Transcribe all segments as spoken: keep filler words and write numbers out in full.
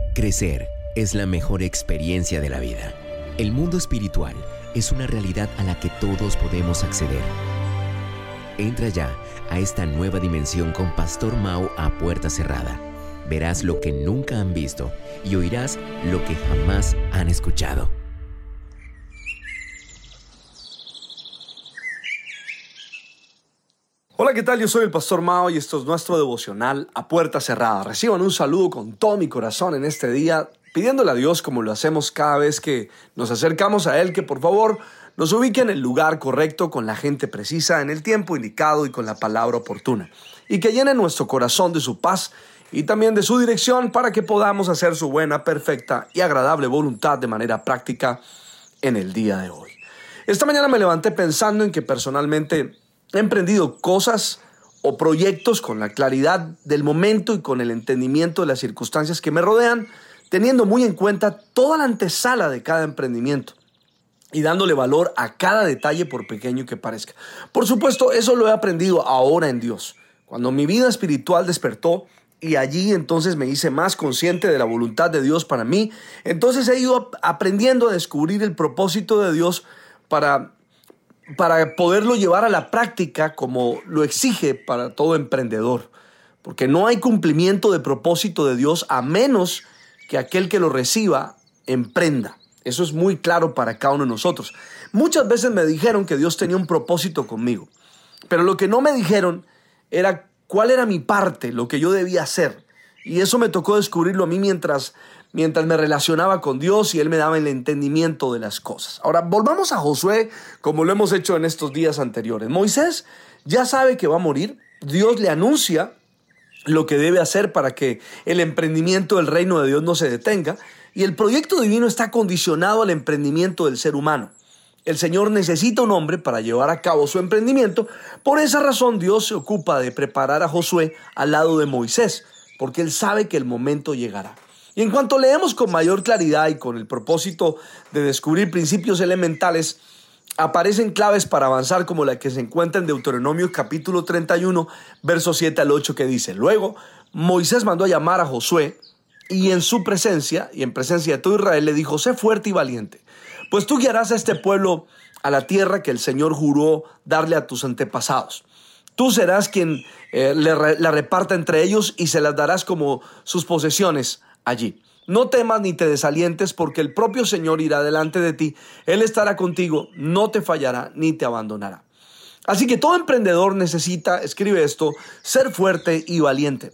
Crecer es la mejor experiencia de la vida. El mundo espiritual es una realidad a la que todos podemos acceder. Entra ya a esta nueva dimensión con Pastor Mau a puerta cerrada. Verás lo que nunca han visto y oirás lo que jamás han escuchado. Hola, ¿qué tal? Yo soy el Pastor Mao y esto es nuestro devocional a puerta cerrada. Reciban un saludo con todo mi corazón en este día, pidiéndole a Dios, como lo hacemos cada vez que nos acercamos a Él, que por favor nos ubique en el lugar correcto, con la gente precisa, en el tiempo indicado y con la palabra oportuna. Y que llene nuestro corazón de su paz y también de su dirección para que podamos hacer su buena, perfecta y agradable voluntad de manera práctica en el día de hoy. Esta mañana me levanté pensando en que personalmente he emprendido cosas o proyectos con la claridad del momento y con el entendimiento de las circunstancias que me rodean, teniendo muy en cuenta toda la antesala de cada emprendimiento y dándole valor a cada detalle por pequeño que parezca. Por supuesto, eso lo he aprendido ahora en Dios, cuando mi vida espiritual despertó y allí entonces me hice más consciente de la voluntad de Dios para mí. Entonces he ido aprendiendo a descubrir el propósito de Dios para para poderlo llevar a la práctica como lo exige para todo emprendedor. Porque no hay cumplimiento de propósito de Dios a menos que aquel que lo reciba emprenda. Eso es muy claro para cada uno de nosotros. Muchas veces me dijeron que Dios tenía un propósito conmigo, pero lo que no me dijeron era cuál era mi parte, lo que yo debía hacer. Y eso me tocó descubrirlo a mí mientras, mientras me relacionaba con Dios y Él me daba el entendimiento de las cosas. Ahora, volvamos a Josué como lo hemos hecho en estos días anteriores. Moisés ya sabe que va a morir. Dios le anuncia lo que debe hacer para que el emprendimiento del reino de Dios no se detenga. Y el proyecto divino está condicionado al emprendimiento del ser humano. El Señor necesita un hombre para llevar a cabo su emprendimiento. Por esa razón, Dios se ocupa de preparar a Josué al lado de Moisés, porque Él sabe que el momento llegará. Y en cuanto leemos con mayor claridad y con el propósito de descubrir principios elementales, aparecen claves para avanzar como la que se encuentra en Deuteronomio capítulo treinta y uno, versos siete al ocho, que dice: Luego Moisés mandó a llamar a Josué y en su presencia y en presencia de todo Israel le dijo: Sé fuerte y valiente, pues tú guiarás a este pueblo a la tierra que el Señor juró darle a tus antepasados. Tú serás quien eh, le, la reparta entre ellos y se las darás como sus posesiones allí. No temas ni te desalientes, porque el propio Señor irá delante de ti. Él estará contigo, no te fallará ni te abandonará. Así que todo emprendedor necesita, escribe esto, ser fuerte y valiente.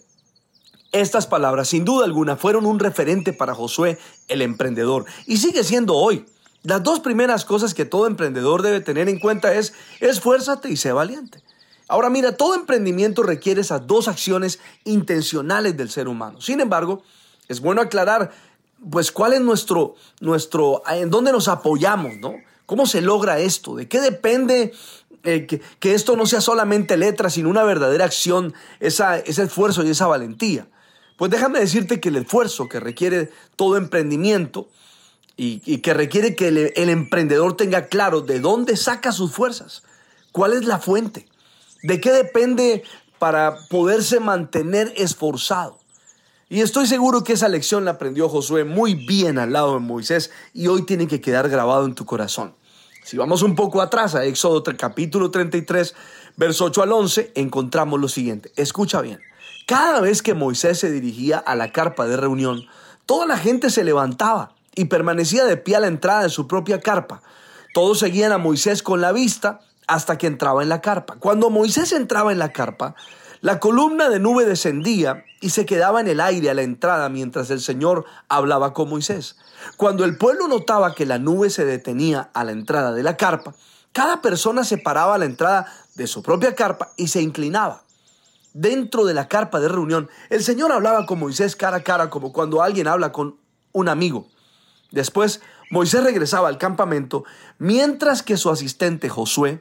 Estas palabras, sin duda alguna, fueron un referente para Josué, el emprendedor, y sigue siendo hoy. Las dos primeras cosas que todo emprendedor debe tener en cuenta es: esfuérzate y sé valiente. Ahora mira, todo emprendimiento requiere esas dos acciones intencionales del ser humano. Sin embargo, es bueno aclarar, pues, cuál es nuestro, nuestro, en dónde nos apoyamos, ¿no? ¿Cómo se logra esto? ¿De qué depende eh, que, que esto no sea solamente letras, sino una verdadera acción, esa, ese esfuerzo y esa valentía? Pues déjame decirte que el esfuerzo que requiere todo emprendimiento y, y que requiere que el, el emprendedor tenga claro de dónde saca sus fuerzas, cuál es la fuente, de qué depende para poderse mantener esforzado. Y estoy seguro que esa lección la aprendió Josué muy bien al lado de Moisés y hoy tiene que quedar grabado en tu corazón. Si vamos un poco atrás a Éxodo capítulo treinta y tres, verso ocho al once, encontramos lo siguiente. Escucha bien. Cada vez que Moisés se dirigía a la carpa de reunión, toda la gente se levantaba y permanecía de pie a la entrada de su propia carpa. Todos seguían a Moisés con la vista hasta que entraba en la carpa. Cuando Moisés entraba en la carpa, la columna de nube descendía y se quedaba en el aire a la entrada mientras el Señor hablaba con Moisés. Cuando el pueblo notaba que la nube se detenía a la entrada de la carpa, cada persona se paraba a la entrada de su propia carpa y se inclinaba. Dentro de la carpa de reunión, el Señor hablaba con Moisés cara a cara, como cuando alguien habla con un amigo. Después, Moisés regresaba al campamento, mientras que su asistente Josué,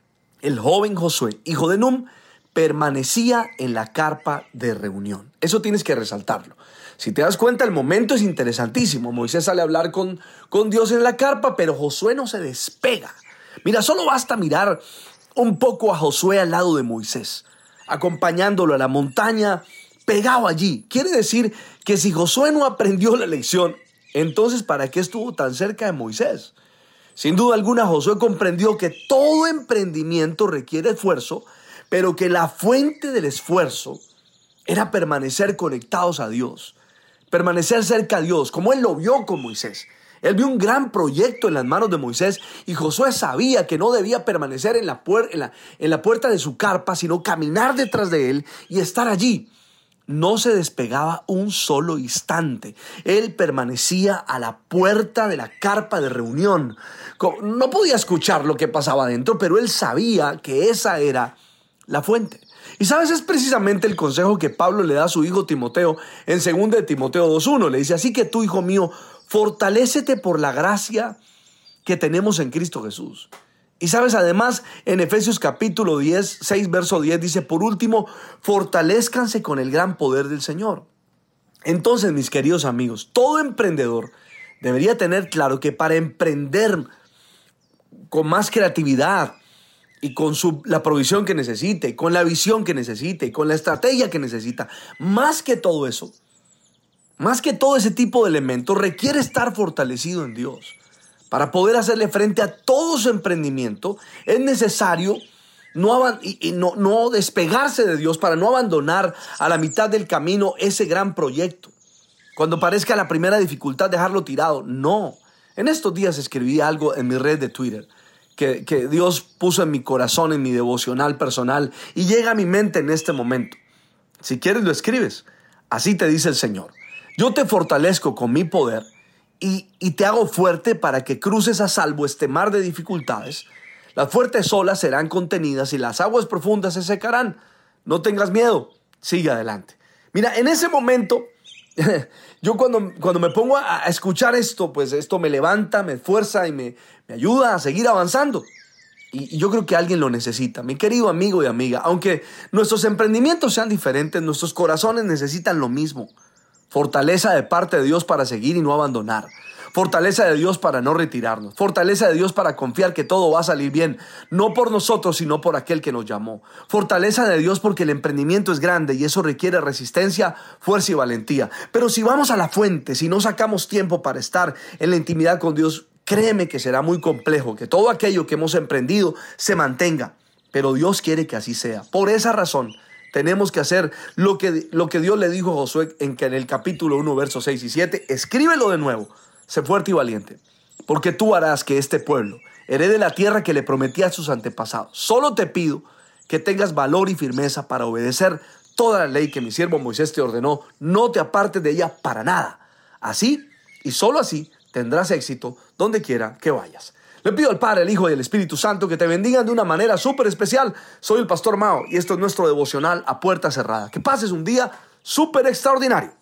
el joven Josué, hijo de Nun, permanecía en la carpa de reunión. Eso tienes que resaltarlo. Si te das cuenta, el momento es interesantísimo. Moisés sale a hablar con, con Dios en la carpa, pero Josué no se despega. Mira, solo basta mirar un poco a Josué al lado de Moisés, acompañándolo a la montaña pegado allí. Quiere decir que si Josué no aprendió la lección, entonces ¿para qué estuvo tan cerca de Moisés? Sin duda alguna, Josué comprendió que todo emprendimiento requiere esfuerzo, pero que la fuente del esfuerzo era permanecer conectados a Dios, permanecer cerca a Dios, como él lo vio con Moisés. Él vio un gran proyecto en las manos de Moisés y Josué sabía que no debía permanecer en la, puer- en la, en la puerta de su carpa, sino caminar detrás de él y estar allí. No se despegaba un solo instante. Él permanecía a la puerta de la carpa de reunión. No podía escuchar lo que pasaba adentro, pero él sabía que esa era la fuente. Y sabes, es precisamente el consejo que Pablo le da a su hijo Timoteo en segunda de Timoteo dos uno. Le dice, así que tú, hijo mío, fortalécete por la gracia que tenemos en Cristo Jesús. Y sabes, además, en Efesios capítulo diez, seis, verso diez, dice, por último, fortalezcanse con el gran poder del Señor. Entonces, mis queridos amigos, todo emprendedor debería tener claro que para emprender con más creatividad y con su, la provisión que necesite, con la visión que necesite, y con la estrategia que necesita, más que todo eso, más que todo ese tipo de elementos, requiere estar fortalecido en Dios. Para poder hacerle frente a todo su emprendimiento, es necesario no, y, y no, no despegarse de Dios para no abandonar a la mitad del camino ese gran proyecto. Cuando parezca la primera dificultad, dejarlo tirado. No. En estos días escribí algo en mi red de Twitter que, que Dios puso en mi corazón, en mi devocional personal, y llega a mi mente en este momento. Si quieres lo escribes. Así te dice el Señor. Yo te fortalezco con mi poder y, y te hago fuerte para que cruces a salvo este mar de dificultades. Las fuertes olas serán contenidas y las aguas profundas se secarán. No tengas miedo, sigue adelante. Mira, en ese momento, yo cuando, cuando me pongo a, a escuchar esto, pues esto me levanta, me esfuerza y me, me ayuda a seguir avanzando. Y, y yo creo que alguien lo necesita. Mi querido amigo y amiga, aunque nuestros emprendimientos sean diferentes, nuestros corazones necesitan lo mismo. Fortaleza de parte de Dios para seguir y no abandonar. Fortaleza de Dios para no retirarnos. Fortaleza de Dios para confiar que todo va a salir bien. No por nosotros, sino por aquel que nos llamó. Fortaleza de Dios porque el emprendimiento es grande y eso requiere resistencia, fuerza y valentía. Pero si vamos a la fuente, si no sacamos tiempo para estar en la intimidad con Dios, créeme que será muy complejo que todo aquello que hemos emprendido se mantenga. Pero Dios quiere que así sea. Por esa razón, tenemos que hacer lo que, lo que Dios le dijo a Josué en, que en el capítulo uno, versos seis y siete. Escríbelo de nuevo. Sé fuerte y valiente, porque tú harás que este pueblo herede la tierra que le prometí a sus antepasados. Solo te pido que tengas valor y firmeza para obedecer toda la ley que mi siervo Moisés te ordenó. No te apartes de ella para nada. Así y solo así tendrás éxito donde quiera que vayas. Le pido al Padre, al Hijo y al Espíritu Santo que te bendigan de una manera súper especial. Soy el Pastor Mao y esto es nuestro devocional a puerta cerrada. Que pases un día súper extraordinario.